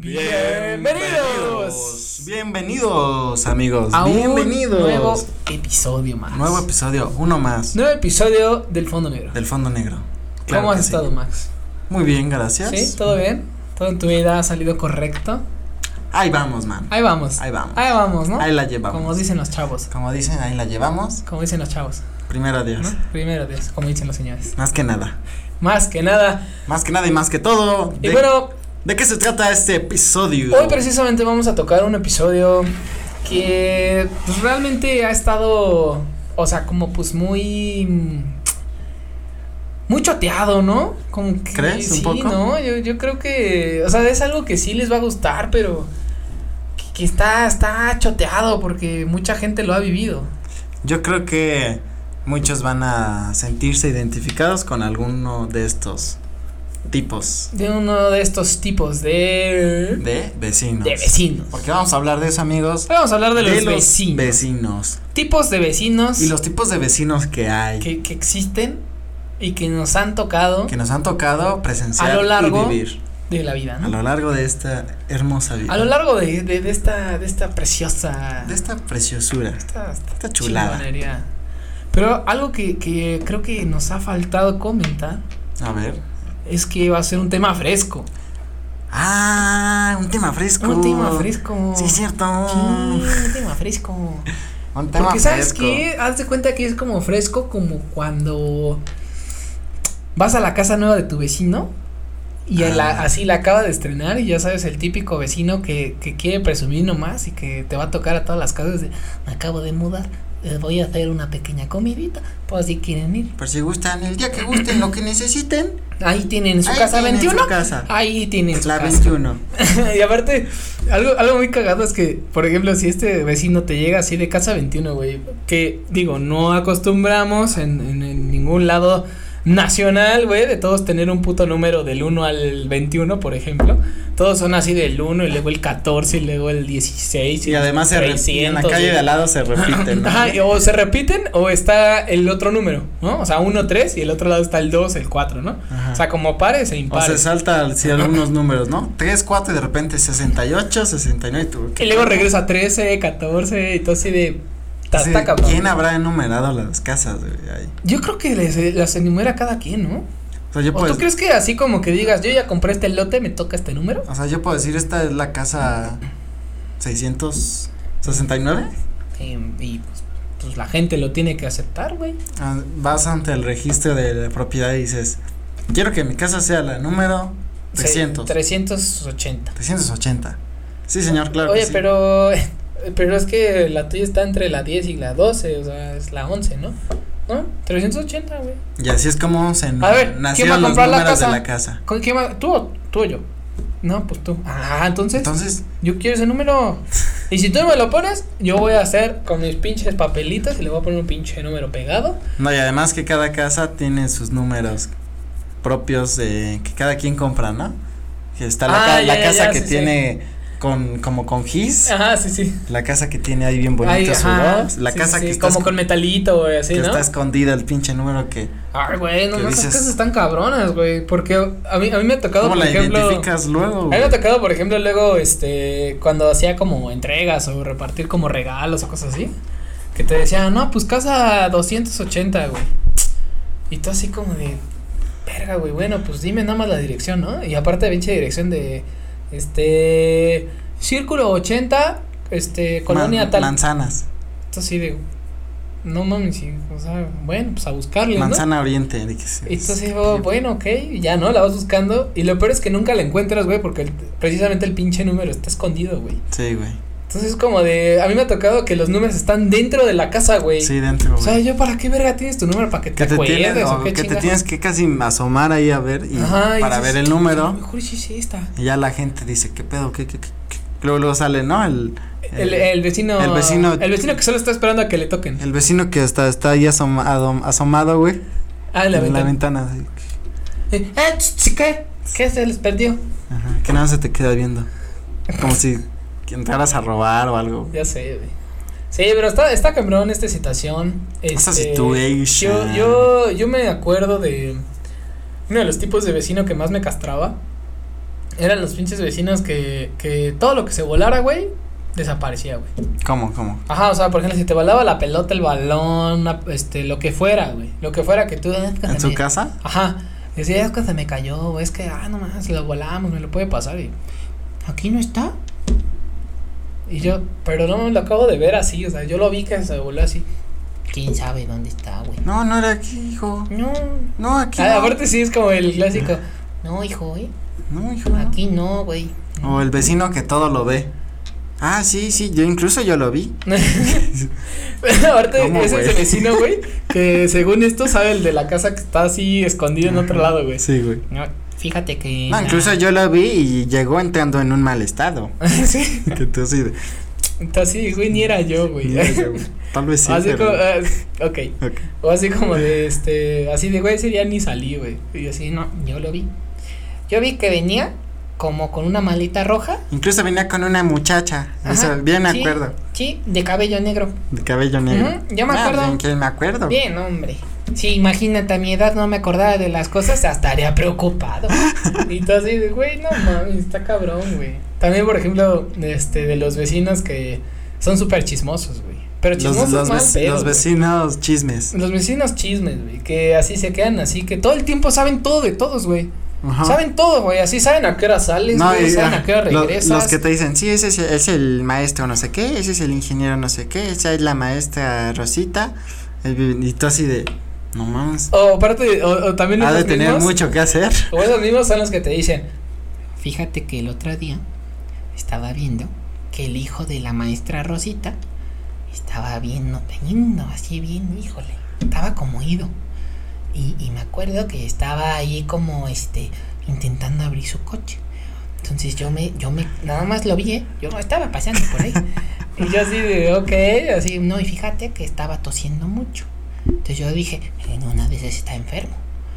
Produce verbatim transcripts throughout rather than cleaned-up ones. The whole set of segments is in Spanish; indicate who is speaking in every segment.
Speaker 1: Bienvenidos. Bienvenidos, amigos.
Speaker 2: A
Speaker 1: Bienvenidos.
Speaker 2: Un nuevo episodio más.
Speaker 1: Nuevo episodio, uno más.
Speaker 2: Nuevo episodio del Fondo Negro.
Speaker 1: Del Fondo Negro.
Speaker 2: Claro. ¿Cómo has estado, sí. Max?
Speaker 1: Muy bien, gracias.
Speaker 2: ¿Sí? ¿Todo bien? ¿Todo en tu vida ha salido correcto?
Speaker 1: Ahí vamos, man.
Speaker 2: Ahí vamos.
Speaker 1: Ahí vamos.
Speaker 2: Ahí vamos, ¿no?
Speaker 1: Ahí la llevamos.
Speaker 2: Como dicen los chavos.
Speaker 1: Como dicen, ahí la llevamos.
Speaker 2: Como dicen los chavos.
Speaker 1: Primero Dios.
Speaker 2: ¿No? Primero Dios, como dicen los señores.
Speaker 1: Más que nada.
Speaker 2: Más que nada.
Speaker 1: Más que nada y más que todo.
Speaker 2: Y de, bueno.
Speaker 1: ¿De qué se trata este episodio?
Speaker 2: Hoy precisamente vamos a tocar un episodio que pues realmente ha estado, o sea, como pues muy muy choteado, ¿no? Como que
Speaker 1: ¿crees
Speaker 2: sí,
Speaker 1: un poco?
Speaker 2: No, yo yo creo que, o sea, es algo que sí les va a gustar, pero que, que está está choteado porque mucha gente lo ha vivido.
Speaker 1: Yo creo que muchos van a sentirse identificados con alguno de estos tipos.
Speaker 2: De uno de estos tipos de
Speaker 1: de vecinos.
Speaker 2: De vecinos.
Speaker 1: Porque vamos a hablar de eso, amigos.
Speaker 2: Vamos a hablar de,
Speaker 1: de
Speaker 2: los,
Speaker 1: los
Speaker 2: vecinos.
Speaker 1: vecinos.
Speaker 2: Tipos de vecinos.
Speaker 1: Y los tipos de vecinos que hay.
Speaker 2: Que, que existen y que nos han tocado.
Speaker 1: Que nos han tocado presenciar
Speaker 2: a lo largo
Speaker 1: y vivir.
Speaker 2: De la vida, ¿no?
Speaker 1: A lo largo de esta hermosa vida.
Speaker 2: A lo largo de, de, de esta de esta preciosa.
Speaker 1: De esta preciosura.
Speaker 2: Esta, esta,
Speaker 1: esta chulada.
Speaker 2: Chingonería. Pero algo que, que creo que nos ha faltado comentar.
Speaker 1: A ver.
Speaker 2: Es que va a ser un tema fresco.
Speaker 1: Ah, un tema fresco.
Speaker 2: Un tema fresco.
Speaker 1: Sí, es cierto.
Speaker 2: Sí, un tema fresco.
Speaker 1: Un tema
Speaker 2: Porque sabes
Speaker 1: fresco.
Speaker 2: qué, haz de cuenta que es como fresco, como cuando vas a la casa nueva de tu vecino y
Speaker 1: ah.
Speaker 2: la, así la acaba de estrenar y ya sabes el típico vecino que, que quiere presumir nomás y que te va a tocar a todas las casas de me acabo de mudar. Les voy a hacer una pequeña comidita, pues si quieren ir.
Speaker 1: Por si gustan, el día que gusten, lo que necesiten.
Speaker 2: Ahí tienen su
Speaker 1: ahí
Speaker 2: casa
Speaker 1: tienen
Speaker 2: veintiuno.
Speaker 1: Su casa.
Speaker 2: Ahí tienen su
Speaker 1: la
Speaker 2: casa.
Speaker 1: veintiuno.
Speaker 2: Y aparte, algo, algo muy cagado es que, por ejemplo, si este vecino te llega así de casa veintiuno, güey, que digo, no acostumbramos en, en, en ningún lado nacional, güey, de todos tener un puto número del uno al veintiuno, por ejemplo. Todos son así del uno y luego el catorce y luego el dieciséis.
Speaker 1: Y, y además se repiten, en la calle de al lado se repiten, ¿no?
Speaker 2: Ajá, o se repiten o está el otro número, ¿no? O sea, uno, tres y el otro lado está el dos, el cuatro, ¿no? Ajá. O sea, como pares e impares.
Speaker 1: O se salta si algunos números, ¿no? tres, cuatro y de repente sesenta y ocho, sesenta y nueve. Tú,
Speaker 2: y luego regresa a trece, catorce y todo así de...
Speaker 1: Sí, ¿quién habrá enumerado las casas, güey? Ahí?
Speaker 2: Yo creo que les, las enumera cada quien, ¿no?
Speaker 1: O, sea, yo
Speaker 2: ¿O
Speaker 1: puedo
Speaker 2: tú crees que así como que digas, yo ya compré este lote, me toca este número?
Speaker 1: O sea, yo puedo decir, esta es la casa seiscientos sesenta y nueve.
Speaker 2: Y, y pues, pues la gente lo tiene que aceptar, güey.
Speaker 1: Ah, vas ante el registro de la propiedad y dices, quiero que mi casa sea la número trescientos.
Speaker 2: trescientos ochenta.
Speaker 1: trescientos ochenta. Sí, señor, claro.
Speaker 2: Oye,
Speaker 1: que sí.
Speaker 2: pero... Pero es que la tuya está entre la diez y la doce, o sea, es la once, ¿no? ¿No? trescientos ochenta, güey.
Speaker 1: Y así es como se
Speaker 2: a ver,
Speaker 1: nacieron
Speaker 2: ¿quién va a comprar
Speaker 1: los números
Speaker 2: la casa?
Speaker 1: de la casa.
Speaker 2: ¿Quién va? ¿Tú o, tú o yo? No, pues tú. Ah, entonces.
Speaker 1: Entonces.
Speaker 2: Yo quiero ese número. Y si tú me lo pones, yo voy a hacer con mis pinches papelitos y le voy a poner un pinche número pegado.
Speaker 1: No, y además que cada casa tiene sus números propios de que cada quien compra, ¿no? Que está la,
Speaker 2: ah,
Speaker 1: ca
Speaker 2: ya,
Speaker 1: la
Speaker 2: ya,
Speaker 1: casa
Speaker 2: ya,
Speaker 1: que
Speaker 2: sí,
Speaker 1: tiene
Speaker 2: sí.
Speaker 1: con como con gis.
Speaker 2: Ajá, sí, sí.
Speaker 1: La casa que tiene ahí bien bonita su voz. La
Speaker 2: sí,
Speaker 1: casa
Speaker 2: sí,
Speaker 1: que
Speaker 2: sí,
Speaker 1: está
Speaker 2: como con metalito, güey, así,
Speaker 1: que
Speaker 2: ¿no?
Speaker 1: está escondida el pinche número que.
Speaker 2: Ay, güey, no,
Speaker 1: dices,
Speaker 2: esas casas están cabronas, güey, porque a mí a mí me ha tocado,
Speaker 1: ¿cómo
Speaker 2: por
Speaker 1: la
Speaker 2: ejemplo,
Speaker 1: identificas luego?
Speaker 2: A mí me ha tocado, por ejemplo, luego este cuando hacía como entregas o repartir como regalos o cosas así, que te decían, "No, pues casa doscientos ochenta, güey." Y tú así como de verga, güey, bueno, pues dime nada más la dirección, ¿no? Y aparte pinche dirección de este Círculo ochenta, este colonia
Speaker 1: Man,
Speaker 2: tal.
Speaker 1: Manzanas.
Speaker 2: Entonces así de no mames, sí, o sea, bueno, pues a buscarle,
Speaker 1: Manzana
Speaker 2: ¿no?
Speaker 1: Oriente, de que se,
Speaker 2: Y entonces, oh, bueno, ok, y ya, ¿no? La vas buscando. Y lo peor es que nunca la encuentras, güey, porque el, precisamente el pinche número está escondido, güey.
Speaker 1: Sí, güey.
Speaker 2: Entonces es como de, a mí me ha tocado que los números están dentro de la casa, güey.
Speaker 1: Sí, dentro, güey.
Speaker 2: O sea, yo, ¿para qué verga tienes tu número? ¿Para que te,
Speaker 1: que te
Speaker 2: acuerdes
Speaker 1: tienes,
Speaker 2: o, o qué
Speaker 1: que
Speaker 2: chinga?
Speaker 1: te tienes que casi asomar ahí a ver y
Speaker 2: Ajá,
Speaker 1: para
Speaker 2: y dices,
Speaker 1: ver el número.
Speaker 2: A lo mejor sí, sí está.
Speaker 1: Y ya la gente dice, ¿qué pedo? ¿Qué, qué, qué, qué? Luego, luego sale, ¿no? El,
Speaker 2: el, el, el vecino.
Speaker 1: El vecino.
Speaker 2: El vecino que solo está esperando a que le toquen.
Speaker 1: El vecino que está, está ahí asomado, asomado, güey.
Speaker 2: Ah, en la
Speaker 1: en
Speaker 2: ventana.
Speaker 1: la ventana, sí.
Speaker 2: Eh, ¿qué? ¿Qué se les perdió?
Speaker 1: Ajá, que nada se te queda viendo. Como si entraras a robar o algo.
Speaker 2: Ya sé, güey. Sí, pero está, está cabrón esta situación.
Speaker 1: Esta
Speaker 2: este,
Speaker 1: situation.
Speaker 2: Yo, yo, yo me acuerdo de uno de los tipos de vecino que más me castraba. eran los pinches vecinos que, que todo lo que se volara, güey, desaparecía, güey.
Speaker 1: ¿Cómo, cómo?
Speaker 2: Ajá, o sea, por ejemplo, si te volaba la pelota, el balón, una, este, lo que fuera, güey, lo que fuera que tú...
Speaker 1: ¿En su
Speaker 2: me,
Speaker 1: casa?
Speaker 2: Ajá, decía, es que se me cayó, güey, es que, ah, no más, lo volamos, me lo puede pasar y... ¿Aquí no está? Y yo, pero no, lo acabo de ver así, o sea, yo lo vi que se voló así. ¿Quién sabe dónde está, güey?
Speaker 1: No, no era aquí, hijo.
Speaker 2: No.
Speaker 1: No, aquí
Speaker 2: Ah,
Speaker 1: no.
Speaker 2: aparte sí es como el clásico. No, hijo, ¿eh?
Speaker 1: No, hijo. No.
Speaker 2: Aquí no, güey.
Speaker 1: O el vecino que todo lo ve. Ah, sí, sí, yo incluso yo lo vi.
Speaker 2: Aparte
Speaker 1: ¿Cómo,
Speaker 2: es
Speaker 1: güey?
Speaker 2: ese vecino, güey, que según esto sabe el de la casa que está así escondido en otro lado, güey.
Speaker 1: Sí, güey.
Speaker 2: No, fíjate que...
Speaker 1: No, incluso
Speaker 2: nah.
Speaker 1: yo lo vi y llegó entrando en un mal estado.
Speaker 2: Sí.
Speaker 1: Que tú así de...
Speaker 2: Entonces, güey, ni era yo, güey.
Speaker 1: Ni era yo, güey. Tal vez sí,
Speaker 2: Así
Speaker 1: pero...
Speaker 2: como, uh, ok.
Speaker 1: Ok.
Speaker 2: O así como de este, así de, güey, ese día ni salí, güey. Y yo así, no, yo lo vi. Yo vi que venía como con una maleta roja.
Speaker 1: Incluso venía con una muchacha.
Speaker 2: Ajá,
Speaker 1: Eso, bien me
Speaker 2: sí,
Speaker 1: acuerdo.
Speaker 2: Sí, de cabello negro.
Speaker 1: De cabello negro.
Speaker 2: Ujú, yo me acuerdo.
Speaker 1: Ah, bien que me acuerdo.
Speaker 2: Bien, hombre. Sí, imagínate, a mi edad no me acordaba de las cosas, hasta estaría preocupado. Y tú así de, güey, no mames, está cabrón, güey. También, por ejemplo, este, de los vecinos que son súper chismosos, güey. Pero chismosos
Speaker 1: Los, los,
Speaker 2: mal
Speaker 1: vec-
Speaker 2: pedo,
Speaker 1: los
Speaker 2: güey.
Speaker 1: vecinos chismes.
Speaker 2: Los vecinos chismes, güey, que así se quedan así, que todo el tiempo saben todo de todos, güey.
Speaker 1: Ajá.
Speaker 2: Saben todo, güey, así saben a qué hora sales,
Speaker 1: No,
Speaker 2: güey,
Speaker 1: y,
Speaker 2: saben
Speaker 1: ah,
Speaker 2: a qué hora
Speaker 1: lo-
Speaker 2: regresas.
Speaker 1: Los que te dicen, sí, ese es, es el maestro no sé qué, ese es el ingeniero no sé qué, esa es la maestra Rosita. el- Y tú así de, no mames.
Speaker 2: O aparte, o, o también
Speaker 1: Ha de
Speaker 2: esos
Speaker 1: tener
Speaker 2: mismos,
Speaker 1: mucho que hacer.
Speaker 2: o esos mismos son los que te dicen, fíjate que el otro día estaba viendo que el hijo de la maestra Rosita estaba viendo, viendo así bien, híjole, estaba como ido. Y, y me acuerdo que estaba ahí como este intentando abrir su coche. Entonces yo me, yo me, nada más lo vi, ¿eh? Yo estaba paseando por ahí. Y yo así de, ok, así, no, y fíjate que estaba tosiendo mucho. Entonces yo dije, en una de esas está enfermo.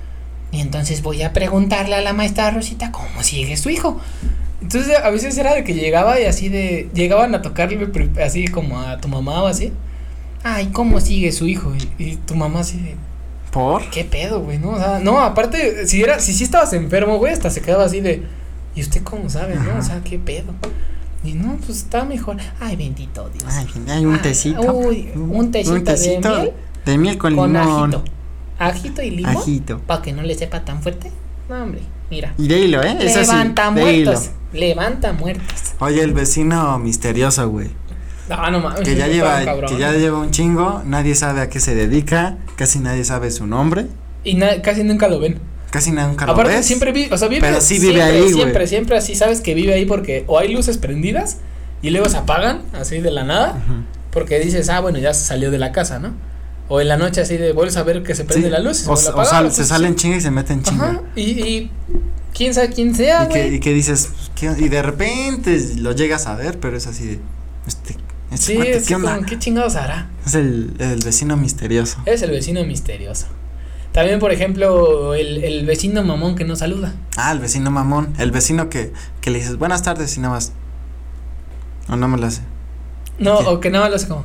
Speaker 2: Y entonces voy a preguntarle a la maestra Rosita cómo sigue su hijo. Entonces a veces era de que llegaba y así de, llegaban a tocarle así como a tu mamá o así. Ay, ¿cómo sigue su hijo? Y, y tu mamá así de,
Speaker 1: ¿Por?
Speaker 2: ¿qué pedo, güey? No, o sea, no, aparte, si era, si sí estabas enfermo, güey, hasta se quedaba así de, ¿y usted cómo sabe, no?
Speaker 1: Ajá.
Speaker 2: O sea, ¿qué pedo? Y no, pues está mejor. Ay, bendito Dios.
Speaker 1: Ay, hay un
Speaker 2: Ay,
Speaker 1: tecito.
Speaker 2: uy, un tecito,
Speaker 1: un tecito
Speaker 2: de miel
Speaker 1: de miel con,
Speaker 2: con
Speaker 1: limón.
Speaker 2: ajito. Ajito y limón.
Speaker 1: Ajito.
Speaker 2: Para que no le sepa tan fuerte. No, hombre, mira.
Speaker 1: Y de hilo, ¿eh? Eso sí,
Speaker 2: Levanta
Speaker 1: de hilo.
Speaker 2: muertos. Levanta muertos.
Speaker 1: Oye, el vecino misterioso, güey.
Speaker 2: No, no mames.
Speaker 1: Que ya
Speaker 2: sí,
Speaker 1: lleva,
Speaker 2: está cabrón.
Speaker 1: que ya lleva un chingo, nadie sabe a qué se dedica, casi nadie sabe su nombre,
Speaker 2: Y na- casi nunca lo ven.
Speaker 1: casi nunca lo
Speaker 2: Aparte,
Speaker 1: ves.
Speaker 2: siempre vive, o sea, vive.
Speaker 1: Pero sí vive
Speaker 2: siempre,
Speaker 1: ahí, güey.
Speaker 2: Siempre, siempre así sabes que vive ahí porque o hay luces prendidas y luego se apagan así de la nada.
Speaker 1: Ujú.
Speaker 2: Porque dices, ah, bueno, ya se salió de la casa, ¿no? O en la noche así de vuelves a ver que se prende
Speaker 1: Sí,
Speaker 2: la luz. Y se
Speaker 1: o,
Speaker 2: vuelve a
Speaker 1: o
Speaker 2: apagar,
Speaker 1: sal-
Speaker 2: o
Speaker 1: se
Speaker 2: sea,
Speaker 1: salen
Speaker 2: sí.
Speaker 1: chinga y se meten chinga.
Speaker 2: Ajá. Y, y quién sabe quién sea,
Speaker 1: Y que,
Speaker 2: güey.
Speaker 1: y que dices, ¿qué? Y de repente lo llegas a ver, pero es así de, este, este
Speaker 2: Sí,
Speaker 1: cuate,
Speaker 2: es
Speaker 1: ¿qué onda?
Speaker 2: como, ¿qué chingados hará?
Speaker 1: Es el, el vecino misterioso.
Speaker 2: Es el vecino misterioso. También, por ejemplo, el, el vecino mamón que no saluda.
Speaker 1: Ah, el vecino mamón, el vecino que, que le dices, buenas tardes y nada más. O no me lo hace.
Speaker 2: No,
Speaker 1: ¿Qué?
Speaker 2: o que nada más lo hace como.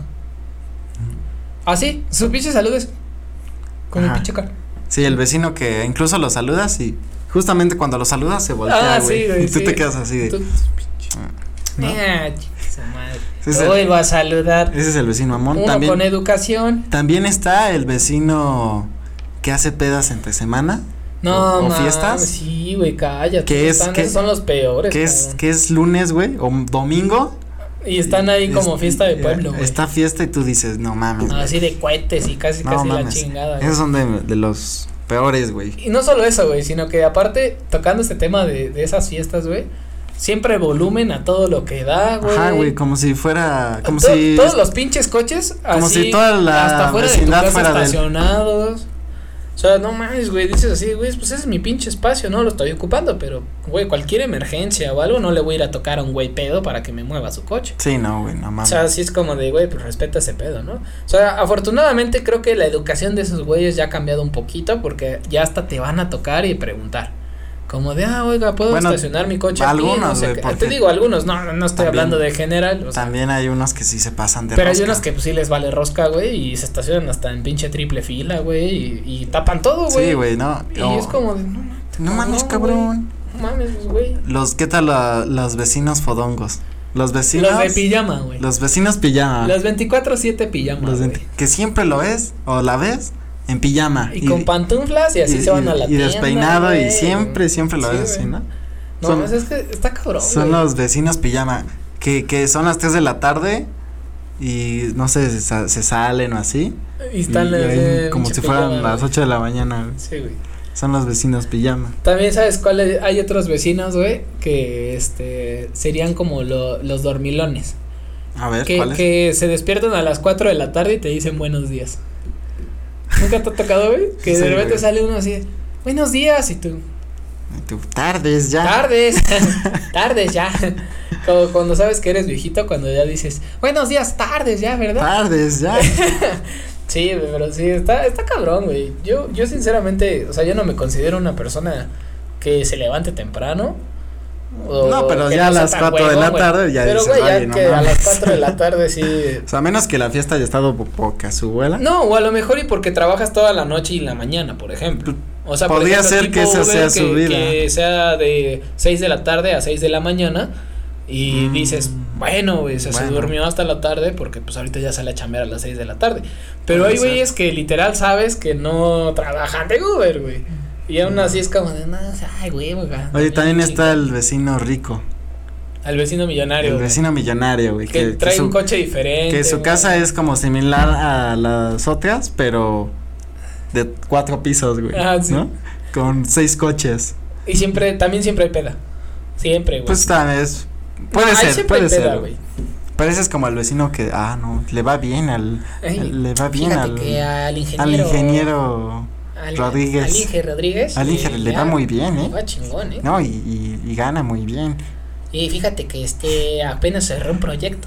Speaker 2: Así, su pinche saludes. Con
Speaker 1: Ajá.
Speaker 2: el pinche cara.
Speaker 1: Sí, el vecino que incluso lo saludas y justamente cuando lo saludas se voltea,
Speaker 2: Ah,
Speaker 1: güey.
Speaker 2: sí, güey,
Speaker 1: y tú
Speaker 2: sí.
Speaker 1: te quedas así de,
Speaker 2: Tú-
Speaker 1: ¿no?
Speaker 2: Ah, chica su madre.
Speaker 1: Ese es
Speaker 2: Te
Speaker 1: el-
Speaker 2: vuelvo a saludar.
Speaker 1: Ese es el vecino mamón.
Speaker 2: Uno
Speaker 1: También,
Speaker 2: con educación.
Speaker 1: también está el vecino que hace pedas entre semana.
Speaker 2: No,
Speaker 1: o, o
Speaker 2: mames,
Speaker 1: fiestas.
Speaker 2: sí, güey, cállate.
Speaker 1: Que es-
Speaker 2: están,
Speaker 1: que-
Speaker 2: esos son los peores.
Speaker 1: Que es,
Speaker 2: cabrón.
Speaker 1: que es lunes, güey, o domingo.
Speaker 2: Y están ahí
Speaker 1: Es-
Speaker 2: como fiesta de pueblo, güey.
Speaker 1: Está fiesta y tú dices, no mames. güey.
Speaker 2: Así de cohetes y casi,
Speaker 1: No
Speaker 2: casi
Speaker 1: mames.
Speaker 2: la chingada. güey.
Speaker 1: Esos son de, de los peores, güey.
Speaker 2: Y no solo eso, güey, sino que aparte, tocando este tema de, de esas fiestas, güey, siempre volumen a todo lo que da, güey.
Speaker 1: Ajá, güey, como si fuera, como
Speaker 2: To-
Speaker 1: si
Speaker 2: Todos los pinches coches,
Speaker 1: como
Speaker 2: así,
Speaker 1: si toda la
Speaker 2: hasta fuera de tu
Speaker 1: vecindad
Speaker 2: casa
Speaker 1: fuera del-
Speaker 2: estacionados. O sea, no mames, güey, dices así, güey, pues ese es mi pinche espacio, no lo estoy ocupando, pero, güey, cualquier emergencia o algo, no le voy a ir a tocar a un güey pedo para que me mueva su coche.
Speaker 1: Sí, no, güey, no
Speaker 2: O
Speaker 1: mames.
Speaker 2: sea, sí es como de, güey, pues respeta ese pedo, ¿no? O sea, afortunadamente creo que la educación de esos güeyes ya ha cambiado un poquito porque ya hasta te van a tocar y preguntar. Como de, ah, oiga, ¿puedo
Speaker 1: Bueno,
Speaker 2: estacionar mi coche aquí?
Speaker 1: algunos,
Speaker 2: No sé
Speaker 1: güey,
Speaker 2: qué.
Speaker 1: porque
Speaker 2: Te digo algunos, no, no estoy
Speaker 1: también-
Speaker 2: hablando de general. O sea,
Speaker 1: También hay unos que sí se pasan de
Speaker 2: pero hay
Speaker 1: rosca.
Speaker 2: unos que pues sí les vale rosca, güey, y se estacionan hasta en pinche triple fila, güey, y, y tapan todo, güey.
Speaker 1: Sí, güey, no.
Speaker 2: Y
Speaker 1: o-
Speaker 2: es como de, no, mames,
Speaker 1: No mames,
Speaker 2: güey.
Speaker 1: cabrón.
Speaker 2: Mames, pues, güey.
Speaker 1: Los, ¿qué tal la, los vecinos fodongos? Los vecinos.
Speaker 2: Los de pijama, güey.
Speaker 1: Los vecinos pijama.
Speaker 2: Los veinticuatro siete pijama,
Speaker 1: Los
Speaker 2: güey.
Speaker 1: que siempre lo es, o la ves, en pijama.
Speaker 2: Y, y con pantuflas y así y, se van a la
Speaker 1: y
Speaker 2: tienda.
Speaker 1: Y despeinado,
Speaker 2: wey.
Speaker 1: Y siempre, siempre lo
Speaker 2: sí,
Speaker 1: ves así, ¿no?
Speaker 2: No, son, es que está cabrón,
Speaker 1: Son
Speaker 2: wey.
Speaker 1: Los vecinos pijama, que, que son las tres de la tarde y no sé, se, se salen o así.
Speaker 2: Y están
Speaker 1: y,
Speaker 2: y
Speaker 1: como si fueran pijama, las ocho de la mañana, güey.
Speaker 2: Sí, güey.
Speaker 1: Son los vecinos pijama.
Speaker 2: También sabes cuáles, hay otros vecinos, güey, que este serían como lo, los dormilones.
Speaker 1: A ver,
Speaker 2: que,
Speaker 1: ¿cuáles?
Speaker 2: Que se despiertan a las cuatro de la tarde y te dicen buenos días. ¿Nunca te ha tocado, güey? Que sí, de repente güey. Sale uno así, buenos días, y tú.
Speaker 1: Y tú, tardes ya.
Speaker 2: Tardes, tardes ya. Como cuando sabes que eres viejito, cuando ya dices, buenos días, tardes ya, ¿verdad?
Speaker 1: Tardes ya.
Speaker 2: Sí, pero sí, está, está cabrón, güey. Yo, yo sinceramente, o sea, yo no me considero una persona que se levante temprano.
Speaker 1: O no, pero ya no a las cuatro de la tarde wey. Ya
Speaker 2: pero,
Speaker 1: dices,
Speaker 2: güey, ya
Speaker 1: no
Speaker 2: que
Speaker 1: mames.
Speaker 2: A las cuatro de la tarde sí.
Speaker 1: O sea, a menos que la fiesta haya estado poca su abuela.
Speaker 2: No, o a lo mejor y porque trabajas toda la noche y la mañana, por ejemplo. O sea,
Speaker 1: podría
Speaker 2: por ejemplo,
Speaker 1: ser que esa sea
Speaker 2: que,
Speaker 1: su vida.
Speaker 2: Que sea de seis de la tarde a seis de la mañana. Y mm, dices, bueno, güey, se, bueno. se durmió hasta la tarde porque pues ahorita ya sale a chambear a las seis de la tarde. Pero hay güeyes que literal sabes que no trabajan de Uber, güey. Y aún así es como de, no, ay, güey, güey.
Speaker 1: Oye, también está el vecino rico.
Speaker 2: El vecino millonario.
Speaker 1: El vecino
Speaker 2: güey.
Speaker 1: millonario, güey.
Speaker 2: Que, que trae que su, un coche diferente.
Speaker 1: Que su
Speaker 2: güey.
Speaker 1: casa es como similar a las otras, pero de cuatro pisos, güey.
Speaker 2: Ah, sí.
Speaker 1: ¿No? Con seis coches.
Speaker 2: Y siempre, también siempre hay peda. Siempre, güey.
Speaker 1: Pues también es. Puede
Speaker 2: no,
Speaker 1: ser, puede
Speaker 2: peda,
Speaker 1: ser.
Speaker 2: Güey.
Speaker 1: Pareces como al vecino que, ah, no, le va bien al.
Speaker 2: Ay,
Speaker 1: al le va bien al.
Speaker 2: Que al ingeniero.
Speaker 1: Al ingeniero.
Speaker 2: Al,
Speaker 1: Rodríguez.
Speaker 2: Al Inge Rodríguez.
Speaker 1: Al Inge le va muy bien, ¿eh?
Speaker 2: Le va chingón, ¿eh?
Speaker 1: No, y, y, y gana muy bien.
Speaker 2: Y fíjate que este apenas cerró un proyecto.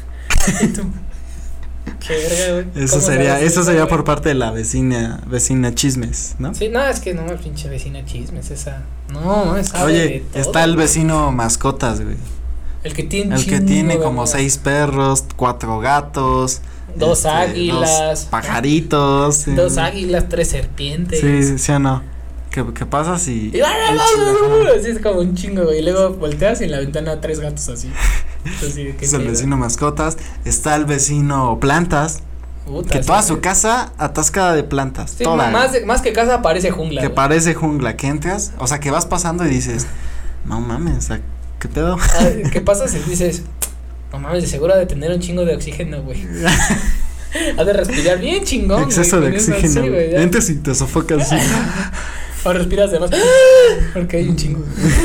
Speaker 2: Qué verga, güey.
Speaker 1: Eso sería, eso sería güey? Por parte de la vecina, vecina Chismes, ¿no?
Speaker 2: Sí, no, es que no, pinche vecina Chismes, esa. No, esa.
Speaker 1: Oye, todo, está el vecino Mascotas, güey.
Speaker 2: El que tiene.
Speaker 1: El que tiene como güey. seis perros, cuatro gatos.
Speaker 2: Dos
Speaker 1: este,
Speaker 2: águilas.
Speaker 1: Dos pajaritos.
Speaker 2: Dos eh. águilas, tres serpientes.
Speaker 1: Sí, sí, sí o no. ¿Qué, qué pasa si?
Speaker 2: Y, así es como un chingo, güey. Y luego volteas y en la ventana tres gatos así. Entonces,
Speaker 1: es el vecino Mascotas. Está el vecino Plantas. Puta, que toda sí, su casa atascada de plantas.
Speaker 2: Sí,
Speaker 1: toda.
Speaker 2: Más, de, más que casa parece jungla.
Speaker 1: Que
Speaker 2: güey.
Speaker 1: Parece jungla. Que entras, o sea, que vas pasando y dices, no mames, o sea, ¿qué pedo?
Speaker 2: Ah, ¿qué pasa si dices, no mames, de seguro ha de tener un chingo de oxígeno, güey? Has de respirar bien chingón.
Speaker 1: Exceso
Speaker 2: güey,
Speaker 1: de oxígeno.
Speaker 2: Así, güey,
Speaker 1: entres y te sofocas así.
Speaker 2: O respiras de más. Porque hay un chingo.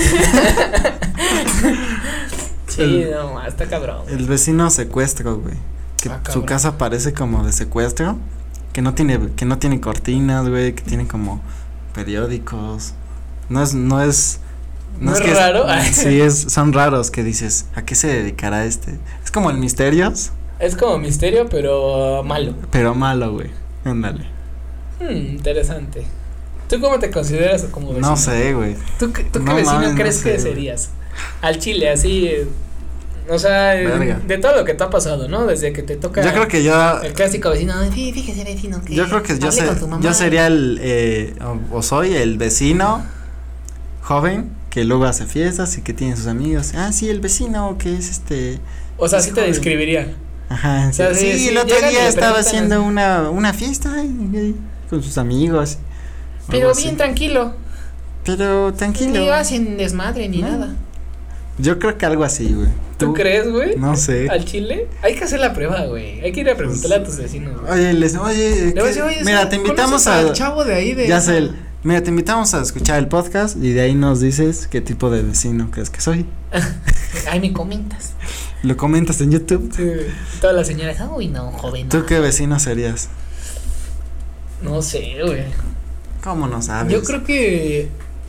Speaker 2: Sí, el, no, está cabrón.
Speaker 1: El vecino secuestro, güey. Que ah, su casa parece como de secuestro. Que no tiene, que no tiene cortinas, güey. Que tiene como periódicos. No es, no es.
Speaker 2: No, ¿No es, es raro.
Speaker 1: Es, sí, es, son raros que dices, ¿a qué se dedicará este? Es como el Misterios.
Speaker 2: Es como Misterio, pero malo.
Speaker 1: Pero malo, güey. Ándale.
Speaker 2: Hmm, interesante. ¿Tú cómo te consideras como vecino?
Speaker 1: No sé, güey.
Speaker 2: ¿Tú, tú qué
Speaker 1: no,
Speaker 2: vecino
Speaker 1: mames,
Speaker 2: crees
Speaker 1: no
Speaker 2: que
Speaker 1: sé,
Speaker 2: serías? Al chile, así, eh, o sea, eh, de todo lo que te ha pasado, ¿no? Desde que te toca.
Speaker 1: Yo creo que yo.
Speaker 2: El clásico vecino, sí, fíjese vecino. Que
Speaker 1: yo creo que yo, sé, yo sería el, eh, o, o soy el vecino joven que luego hace fiestas y que tiene sus amigos. Ah, sí, el vecino que es este.
Speaker 2: O sea, sí te describiría.
Speaker 1: Ajá, o sea, sí, sí, sí, el otro día estaba haciendo así. una, una fiesta y, y, con sus amigos.
Speaker 2: Pero bien así. tranquilo.
Speaker 1: Pero tranquilo.
Speaker 2: Ni va sin desmadre ni no. nada.
Speaker 1: Yo creo que algo así, güey.
Speaker 2: ¿Tú, ¿Tú crees, güey?
Speaker 1: No sé.
Speaker 2: ¿Al chile? Hay que hacer la prueba, güey. Hay que ir a preguntarle pues, a tus vecinos, güey.
Speaker 1: Oye, les, oye,
Speaker 2: Le decir, oye,
Speaker 1: mira, te invitamos a.
Speaker 2: al chavo de ahí de.
Speaker 1: Ya sé, el, mira, te invitamos a escuchar el podcast y de ahí nos dices qué tipo de vecino crees que soy.
Speaker 2: Ay, me comentas.
Speaker 1: Lo comentas en YouTube.
Speaker 2: Sí, todas las señoras, uy, no, joven.
Speaker 1: ¿Tú no. qué vecino serías?
Speaker 2: No sé, güey.
Speaker 1: ¿Cómo no sabes?
Speaker 2: Yo creo que.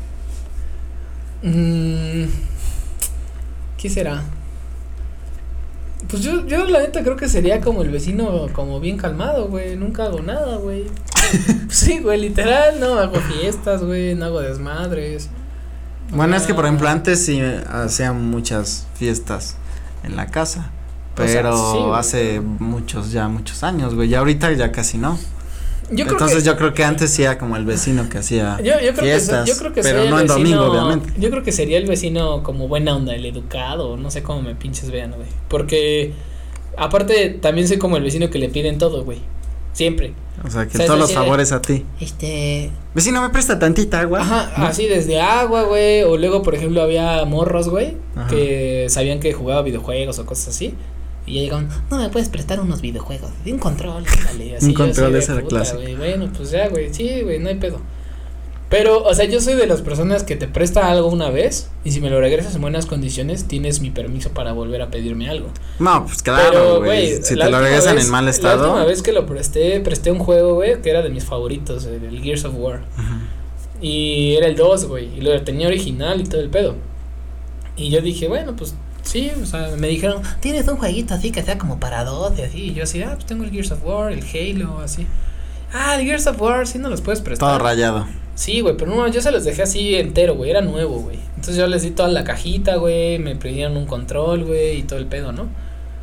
Speaker 2: Mmm, ¿Qué será? Pues yo, yo la neta creo que sería como el vecino, como bien calmado, güey. Nunca hago nada, güey. Sí, güey, literal, no hago fiestas, güey. No hago desmadres.
Speaker 1: Bueno, es que por ejemplo antes sí hacían muchas fiestas en la casa, pero o sea, sí, hace muchos, ya muchos años, güey, ya ahorita ya casi no.
Speaker 2: Yo creo
Speaker 1: Entonces
Speaker 2: que,
Speaker 1: yo creo que antes sí era como el vecino que hacía
Speaker 2: yo, yo creo
Speaker 1: fiestas,
Speaker 2: que so, yo creo que
Speaker 1: pero
Speaker 2: soy
Speaker 1: no
Speaker 2: el
Speaker 1: en
Speaker 2: vecino,
Speaker 1: domingo, obviamente.
Speaker 2: Yo creo que sería el vecino como buena onda, el educado, no sé cómo me pinches vean, güey. Porque aparte también soy como el vecino que le piden todo, güey. Siempre.
Speaker 1: O sea, que
Speaker 2: o sea,
Speaker 1: todos los
Speaker 2: de,
Speaker 1: favores a ti.
Speaker 2: Este.
Speaker 1: Vecino, ¿me presta tantita agua?
Speaker 2: Ajá,
Speaker 1: ¿no?
Speaker 2: así desde agua, güey. O luego, por ejemplo, había morros, güey, que sabían que jugaba videojuegos o cosas así. Y ya llegaban, no me puedes prestar unos videojuegos, de un control, dale, así.
Speaker 1: Un control,
Speaker 2: esa
Speaker 1: era clásico.
Speaker 2: Bueno, pues ya, güey, sí, güey, no hay pedo. Pero, o sea, yo soy de las personas que te presta algo una vez y si me lo regresas en buenas condiciones, tienes mi permiso para volver a pedirme algo.
Speaker 1: No, pues claro, güey, si te lo regresan
Speaker 2: vez,
Speaker 1: en mal estado.
Speaker 2: La última vez que lo presté, presté un juego, güey, que era de mis favoritos, el Gears of War.
Speaker 1: Uh-huh.
Speaker 2: Y era el dos, güey, y lo tenía original y todo el pedo. Y yo dije, bueno, pues sí, o sea, me dijeron, tienes un jueguito así que sea como para dos y así. Y yo así, ah, pues tengo el Gears of War, el Halo, así. Ah, el Gears of War, sí, no los puedes prestar.
Speaker 1: Todo rayado.
Speaker 2: Sí, güey, pero no, yo se los dejé así entero, güey, era nuevo, güey. Entonces yo les di toda la cajita, güey, me pidieron un control, güey, y todo el pedo, ¿no?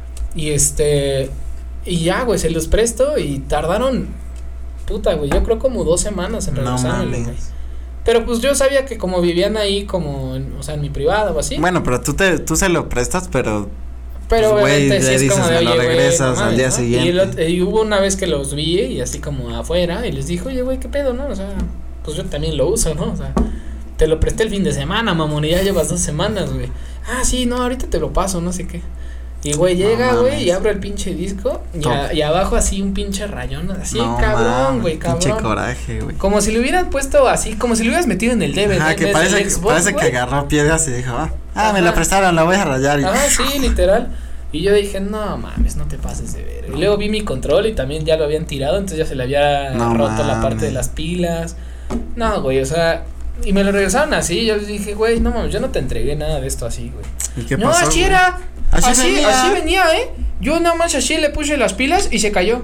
Speaker 2: Y este, y ya, güey, se los presto y tardaron, puta, güey, yo creo como dos semanas en regresármelo, güey. Pero pues yo sabía que como vivían ahí como, en, o sea, en mi privada o así.
Speaker 1: Bueno, pero tú te, tú se lo prestas, pero.
Speaker 2: Pero
Speaker 1: pues,
Speaker 2: obviamente
Speaker 1: güey,
Speaker 2: sí es
Speaker 1: dices,
Speaker 2: como de,
Speaker 1: me
Speaker 2: oye,
Speaker 1: lo regresas
Speaker 2: güey, no
Speaker 1: al día
Speaker 2: ¿no?
Speaker 1: siguiente.
Speaker 2: Y, lo, y hubo una vez que los vi y así como afuera y les dijo, oye, güey, ¿qué pedo, no? O sea, pues yo también lo uso, ¿no? O sea, te lo presté el fin de semana, mamón, y ya llevas dos semanas, güey. Ah, sí, no, ahorita te lo paso, no sé qué. Y güey, llega, güey, no, y abro el pinche disco y, a, y abajo así un pinche rayón, así, no, cabrón, güey, cabrón.
Speaker 1: Pinche coraje, güey.
Speaker 2: Como si le hubieran puesto así, como si lo hubieras metido en el D V D.
Speaker 1: Ah, que parece, que, Xbox, parece que agarró piedras y dijo, ah, ah me lo prestaron, lo voy a rayar. Y...
Speaker 2: Ah, sí, literal. Y yo dije, no mames, no te pases de ver. Y luego vi mi control y también ya lo habían tirado, entonces ya se le había no, roto mames. La parte de las pilas. No, güey, o sea, y me lo regresaron así. Yo les dije, güey, no mames, yo no te entregué nada de esto así, güey.
Speaker 1: ¿Y qué
Speaker 2: no,
Speaker 1: pasó,
Speaker 2: así
Speaker 1: güey?
Speaker 2: era. Así, así, venía. así venía, ¿eh? Yo nada más así le puse las pilas y se cayó.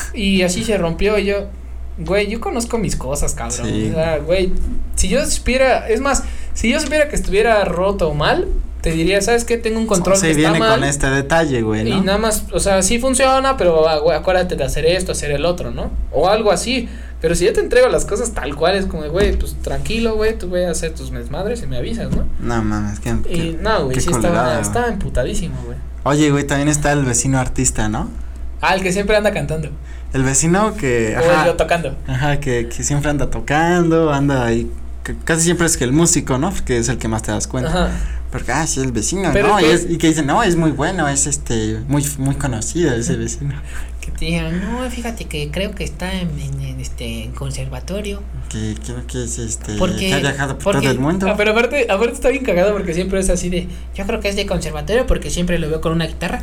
Speaker 2: Y así se rompió. Y yo, güey, yo conozco mis cosas, cabrón. Sí. O sea, güey, si yo supiera, es más, si yo supiera que estuviera roto o mal, te diría, ¿sabes qué? Tengo un control
Speaker 1: se
Speaker 2: que
Speaker 1: viene
Speaker 2: está mal.
Speaker 1: Con este detalle, güey, ¿no?
Speaker 2: Y nada más, o sea, sí funciona, pero güey, acuérdate de hacer esto, hacer el otro, ¿no? O algo así. Pero si yo te entrego las cosas tal cual, es como, güey, pues tranquilo, güey, tú voy a hacer tus desmadres y me avisas, ¿no?
Speaker 1: No mames, que.
Speaker 2: Y no, güey, sí estaba, estaba emputadísimo, güey.
Speaker 1: Oye, güey, también está el vecino artista, ¿no?
Speaker 2: Ah, el que siempre anda cantando.
Speaker 1: El vecino que.
Speaker 2: O ajá, el tocando.
Speaker 1: Ajá, que, que siempre anda tocando, anda ahí. Que casi siempre es que el músico, ¿no? Que es el que más te das cuenta. Ajá. Porque, ah, sí, el vecino, pero ¿no? Pues, y, es, y que dicen, no, es muy bueno, es este, muy, muy conocido ese vecino.
Speaker 2: Que te digan, no, fíjate que creo que está en, en, en este, en conservatorio.
Speaker 1: Que creo que es este,
Speaker 2: porque,
Speaker 1: que ha viajado por todo el mundo.
Speaker 2: Ah, pero aparte, aparte está bien cagado porque siempre es así de, yo creo que es de conservatorio porque siempre lo veo con una guitarra.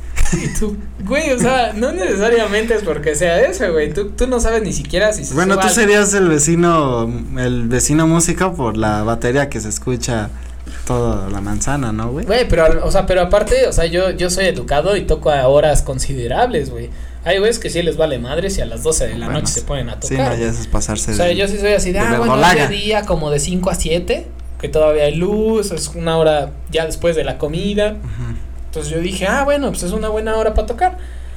Speaker 2: Y tú, güey, o sea, no necesariamente es porque sea eso, güey, tú, tú no sabes ni siquiera si se
Speaker 1: Bueno, tú
Speaker 2: al...
Speaker 1: serías el vecino, el vecino músico por la batería que se escucha toda la manzana, ¿no, güey?
Speaker 2: Güey, pero, o sea, pero aparte, o sea, yo, yo soy educado y toco a horas considerables, güey. Hay güeyes que sí les vale madre si a las doce de la bueno, noche se ponen a tocar.
Speaker 1: Sí, no, ya eso es pasarse.
Speaker 2: O sea, de, yo sí soy así de, de ah, bueno, ese día como de cinco a siete, que todavía hay luz, es una hora ya después de la comida. Uh-huh. Entonces yo dije, ah, bueno, pues es una buena hora para tocar.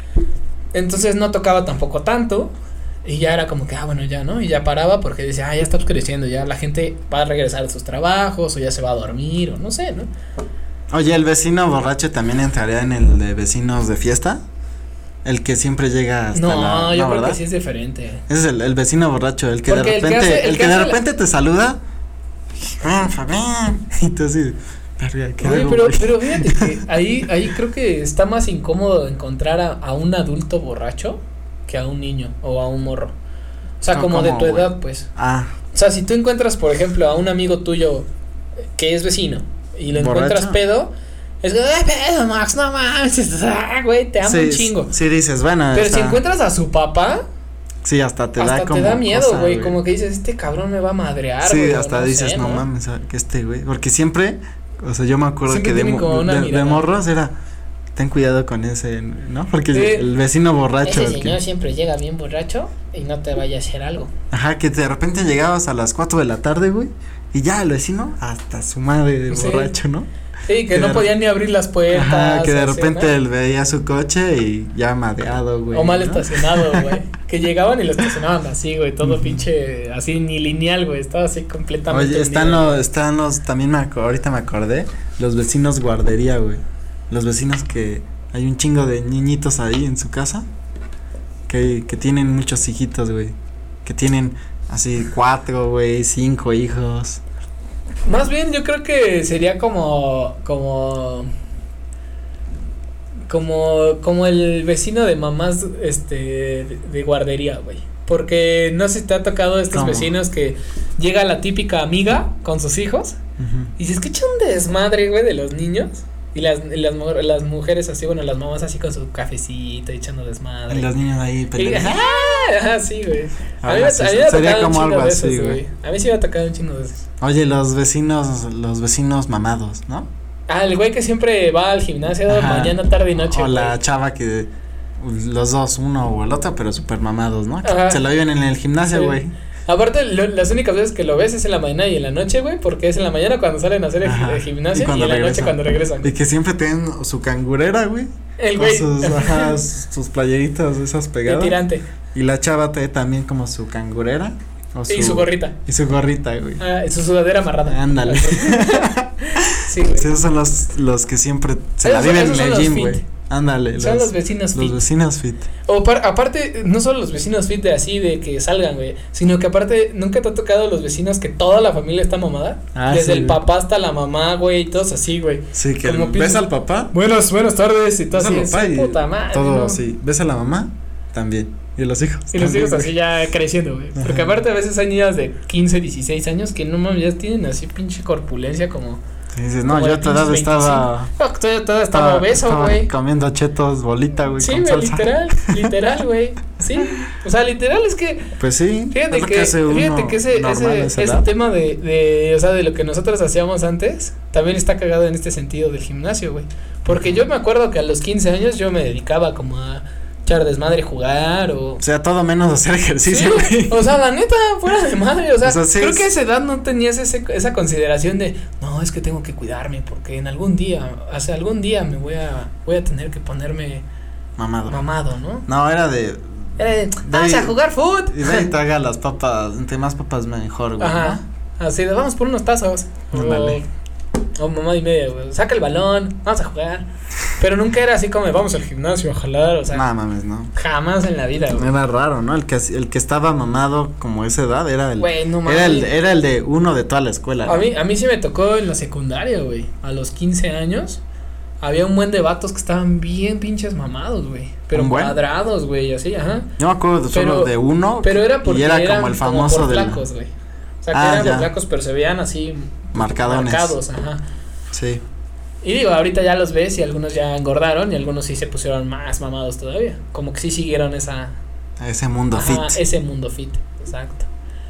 Speaker 2: Entonces no tocaba tampoco tanto. Y ya era como que, ah, bueno, ya, ¿no? Y ya paraba porque decía, ah, ya está oscureciendo, ya la gente va a regresar a sus trabajos o ya se va a dormir o no sé, ¿no?
Speaker 1: Oye, ¿el vecino borracho también entraría en el de vecinos de fiesta? El que siempre llega hasta
Speaker 2: no,
Speaker 1: la...
Speaker 2: No, yo creo
Speaker 1: ¿verdad?
Speaker 2: que sí es diferente.
Speaker 1: Ese es el, el vecino borracho, el que porque de repente, el que, hace, el el que, que de repente la... te saluda. Ven, Fabián. Y tú así...
Speaker 2: Oye, pero, pero fíjate que ahí, ahí creo que está más incómodo encontrar a, a un adulto borracho que a un niño o a un morro. O sea, no, como de tu edad, pues.
Speaker 1: Ah.
Speaker 2: O sea, si tú encuentras, por ejemplo, a un amigo tuyo que es vecino y lo ¿borracho? Encuentras pedo, es que, ¡ay, pedo, Max! No mames, ah, güey, te amo
Speaker 1: sí,
Speaker 2: un chingo.
Speaker 1: Sí, dices, bueno.
Speaker 2: Pero si encuentras a su papá.
Speaker 1: Sí, hasta te
Speaker 2: hasta
Speaker 1: da como.
Speaker 2: Hasta te da miedo, güey. Como que dices, este cabrón me va a madrear.
Speaker 1: Sí,
Speaker 2: güey,
Speaker 1: hasta
Speaker 2: no
Speaker 1: dices,
Speaker 2: sé,
Speaker 1: no,
Speaker 2: ¿no?
Speaker 1: mames, que este güey. Porque siempre. O sea, yo me acuerdo siempre que de, de, de morros era, ten cuidado con ese, ¿no? Porque sí. el, el vecino borracho.
Speaker 2: Ese señor
Speaker 1: que,
Speaker 2: siempre llega bien borracho y no te vaya a hacer algo.
Speaker 1: Ajá, que de repente llegabas a las cuatro de la tarde, güey, Y ya el vecino, hasta su madre de sí. borracho, ¿no?
Speaker 2: Sí, que, que no podían ni abrir las puertas.
Speaker 1: Ajá, que de repente ¿no? él veía su coche y ya madeado, güey.
Speaker 2: O mal ¿no? estacionado, güey. Que llegaban y lo estacionaban así, güey, todo uh-huh. pinche, así ni lineal, güey, estaba así completamente.
Speaker 1: Oye, están los, están los, también me acu- ahorita me acordé, los vecinos guardería, güey. Los vecinos que hay un chingo de niñitos ahí en su casa, que, que tienen muchos hijitos, güey. Que tienen así cuatro, güey, cinco hijos.
Speaker 2: Más bien yo creo que sería como, como, como, como el vecino de mamás, este, de, de guardería, güey. Porque no sé si te ha tocado estos ¿Cómo? vecinos que llega la típica amiga con sus hijos uh-huh. y se escucha un desmadre, güey, de los niños. Y las, y las, las mujeres así, bueno, las mamás así con su cafecito echando desmadre.
Speaker 1: Y los niños ahí peleando.
Speaker 2: Ah, sí, güey. A mí me ha tocado un chingo de esos, güey. A mí sí me ha tocado un chingo de esos.
Speaker 1: Oye, los vecinos, los vecinos mamados, ¿no?
Speaker 2: Ah, el güey que siempre va al gimnasio Ajá. mañana, tarde y noche.
Speaker 1: O la güey. chava que los dos, uno o el otro, pero súper mamados, ¿no? Que se lo viven en el gimnasio, güey. Sí.
Speaker 2: Aparte, lo, las únicas veces que lo ves es en la mañana y en la noche, güey, porque es en la mañana cuando salen a hacer el, el gimnasio y, y en la noche cuando regresan.
Speaker 1: Y que siempre tienen su cangurera, güey.
Speaker 2: El güey.
Speaker 1: Sus, ajá, sus playeritas esas pegadas.
Speaker 2: De tirante.
Speaker 1: Y la chava trae también como su cangurera. O su,
Speaker 2: y su gorrita.
Speaker 1: Y su gorrita, güey.
Speaker 2: Ah, y su sudadera amarrada.
Speaker 1: Ándale.
Speaker 2: Sí, güey.
Speaker 1: Sí, esos son los, los que siempre se esos, la viven en el gym, güey. Ándale.
Speaker 2: Son los, los vecinos fit.
Speaker 1: Los vecinos fit.
Speaker 2: O par, aparte, no solo los vecinos fit de así, de que salgan, güey, sino que aparte, ¿nunca te ha tocado los vecinos que toda la familia está mamada? Ah, Desde sí, el papá hasta la mamá, güey, y todos así, güey.
Speaker 1: Sí, que el, ves al papá.
Speaker 2: Buenas, buenas tardes, y todo así.
Speaker 1: Al papá y
Speaker 2: puta madre,
Speaker 1: todo
Speaker 2: ¿no?
Speaker 1: así. ¿Ves a la mamá? También. Y los hijos.
Speaker 2: Y los hijos así ya creciendo, güey. Porque aparte a veces hay niñas de quince, dieciséis años que no mames, ya tienen así pinche corpulencia como.
Speaker 1: Y dices, no, yo toda estaba.
Speaker 2: No, yo toda estaba obeso, güey.
Speaker 1: Comiendo chetos, bolita, güey.
Speaker 2: Sí, güey, literal, literal, güey. Sí. O sea, literal es que.
Speaker 1: Pues sí.
Speaker 2: Fíjate que, que fíjate que ese, ese, ese tema de, de, o sea, de lo que nosotros hacíamos antes, también está cagado en este sentido del gimnasio, güey. Porque yo me acuerdo que a los quince años yo me dedicaba como a echar desmadre, jugar o.
Speaker 1: O sea, todo menos hacer ejercicio, güey.
Speaker 2: Sí, o sea, la neta, fuera de madre, o sea, o sea sí creo es... que a esa edad no tenías ese, esa consideración de, no, es que tengo que cuidarme porque en algún día, hace algún día me voy a, voy a tener que ponerme
Speaker 1: mamado.
Speaker 2: Mamado, ¿no?
Speaker 1: No, era de.
Speaker 2: Era de, vamos a jugar fútbol.
Speaker 1: Y ve y traga las papas, entre más papas mejor, güey.
Speaker 2: Ajá, ¿no? Así de, vamos por unos tazos. Vale. O, o mamá y media, güey, saca el balón, vamos a jugar. Pero nunca era así como vamos al gimnasio a jalar, o sea.
Speaker 1: No mames, no.
Speaker 2: Jamás en la vida, güey.
Speaker 1: Era raro, ¿no? El que el que estaba mamado como esa edad era el
Speaker 2: Güey, no mames.
Speaker 1: Era el era el de uno de toda la escuela.
Speaker 2: A
Speaker 1: ¿no?
Speaker 2: mí a mí sí me tocó en la secundaria, güey. A los quince años había un buen de vatos que estaban bien pinches mamados, güey. Pero cuadrados, güey, así, ajá.
Speaker 1: Yo me acuerdo solo pero, de uno.
Speaker 2: Pero era porque
Speaker 1: y era
Speaker 2: eran
Speaker 1: como el famoso
Speaker 2: como por
Speaker 1: del
Speaker 2: flacos, güey. O sea, que
Speaker 1: ah,
Speaker 2: eran
Speaker 1: ya.
Speaker 2: los flacos, pero se veían así
Speaker 1: marcadones.
Speaker 2: Marcados, ajá.
Speaker 1: Sí.
Speaker 2: Y digo, ahorita ya los ves y algunos ya engordaron y algunos sí se pusieron más mamados todavía. Como que sí siguieron esa.
Speaker 1: Ese mundo
Speaker 2: ajá,
Speaker 1: fit.
Speaker 2: Ese mundo fit, exacto.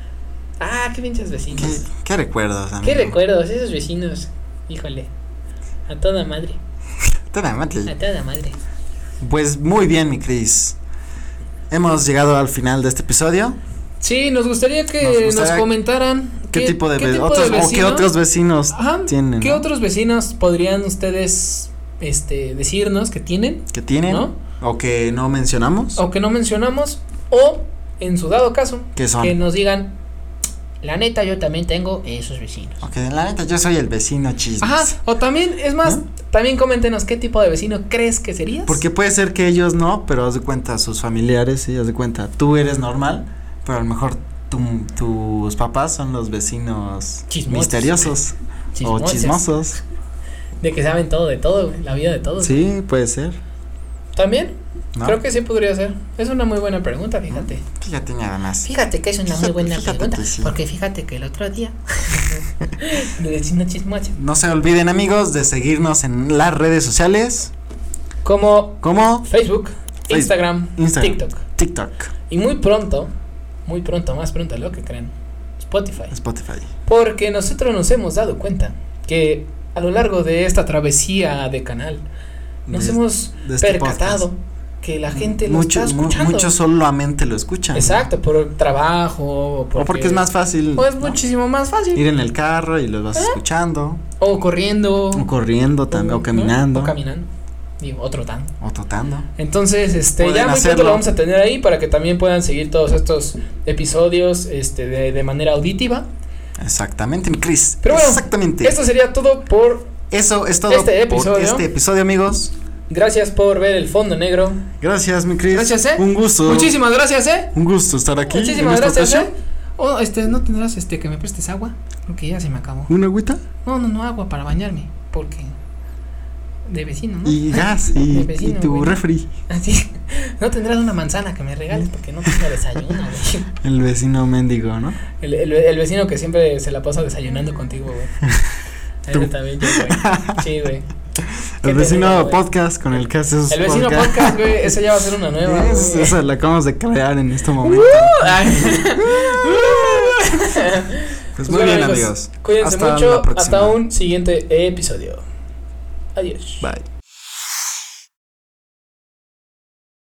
Speaker 2: Ah, qué pinches vecinos.
Speaker 1: ¿Qué, qué recuerdos, amigo?
Speaker 2: Qué recuerdos, esos vecinos. Híjole. A toda madre.
Speaker 1: A toda madre.
Speaker 2: A toda madre.
Speaker 1: Pues muy bien, mi Cris. Hemos llegado al final de este episodio.
Speaker 2: Sí, nos gustaría que nos, gustaría nos comentaran
Speaker 1: qué, qué tipo de,
Speaker 2: qué
Speaker 1: ve-
Speaker 2: tipo
Speaker 1: otros
Speaker 2: de vecino,
Speaker 1: o qué otros vecinos
Speaker 2: ajá,
Speaker 1: tienen.
Speaker 2: ¿Qué
Speaker 1: ¿no?
Speaker 2: otros vecinos podrían ustedes este decirnos que tienen?
Speaker 1: Que tienen, ¿no? O que no mencionamos.
Speaker 2: O que no mencionamos o en su dado caso
Speaker 1: ¿Qué son?
Speaker 2: Que nos digan la neta yo también tengo esos vecinos.
Speaker 1: Ok, la neta yo soy el vecino chismes.
Speaker 2: Ajá, o también es más, ¿no? También coméntenos qué tipo de vecino crees que serías.
Speaker 1: Porque puede ser que ellos no, pero haz de cuenta sus familiares, sí, haz de cuenta, tú eres normal, pero a lo mejor tu, tus papás son los vecinos chismosos, misteriosos chismosos. O chismosos.
Speaker 2: De que saben todo de todo, la vida de todos.
Speaker 1: Sí, puede ser.
Speaker 2: ¿También? ¿No? Creo que sí podría ser. Es una muy buena pregunta, fíjate.
Speaker 1: Fíjate nada más.
Speaker 2: Fíjate que es una
Speaker 1: fíjate,
Speaker 2: muy buena
Speaker 1: fíjate
Speaker 2: pregunta.
Speaker 1: Sí.
Speaker 2: Porque fíjate que el otro día de vecino chismoso.
Speaker 1: No se olviden, amigos, de seguirnos en las redes sociales.
Speaker 2: Como
Speaker 1: Como
Speaker 2: Facebook, Facebook Instagram,
Speaker 1: Instagram,
Speaker 2: TikTok.
Speaker 1: TikTok.
Speaker 2: Y muy pronto, muy pronto, más pronto de lo que creen, Spotify.
Speaker 1: Spotify.
Speaker 2: Porque nosotros nos hemos dado cuenta que a lo largo de esta travesía de canal nos de, hemos de este percatado podcast. que la gente lo
Speaker 1: Mucho,
Speaker 2: está escuchando.
Speaker 1: Muchos solamente lo escuchan.
Speaker 2: Exacto, por trabajo. Porque,
Speaker 1: o porque es más fácil.
Speaker 2: O es
Speaker 1: ¿no?
Speaker 2: muchísimo más fácil.
Speaker 1: Ir en el carro y lo vas ¿Eh? escuchando.
Speaker 2: O corriendo.
Speaker 1: O corriendo también, o, o caminando.
Speaker 2: O caminando. Digo, o trotando.
Speaker 1: O trotando.
Speaker 2: Entonces, este, Pueden ya muy pronto lo vamos a tener ahí para que también puedan seguir todos estos episodios, este, de, de manera auditiva.
Speaker 1: Exactamente, mi Cris.
Speaker 2: Pero bueno,
Speaker 1: exactamente.
Speaker 2: Esto sería todo por
Speaker 1: Eso es todo
Speaker 2: este episodio.
Speaker 1: por este episodio, amigos.
Speaker 2: Gracias por ver el fondo negro.
Speaker 1: Gracias, mi Cris.
Speaker 2: Gracias, eh.
Speaker 1: Un gusto.
Speaker 2: Muchísimas gracias, eh.
Speaker 1: Un gusto estar aquí.
Speaker 2: Muchísimas gracias, eh. Oh, este, ¿no tendrás este que me prestes agua? Porque ya se me acabó.
Speaker 1: ¿Una agüita?
Speaker 2: No, no, no, agua para bañarme, porque de vecino, ¿no?
Speaker 1: Y gas y, vecino, y tu güey. refri.
Speaker 2: Así. No tendrás una manzana que me regales porque no tengo desayuno, güey.
Speaker 1: El vecino mendigo, ¿no?
Speaker 2: El, el, el vecino que siempre se la pasa desayunando contigo, güey. Ese también yo, güey. Sí, güey.
Speaker 1: El vecino digo, podcast con el que haces
Speaker 2: El vecino podcast, podcast güey, esa ya va a ser una nueva.
Speaker 1: Es, esa la acabamos de crear en este momento.
Speaker 2: Uh,
Speaker 1: pues muy bien, amigos.
Speaker 2: Cuídense hasta mucho. Hasta un siguiente episodio. Adiós.
Speaker 1: Bye.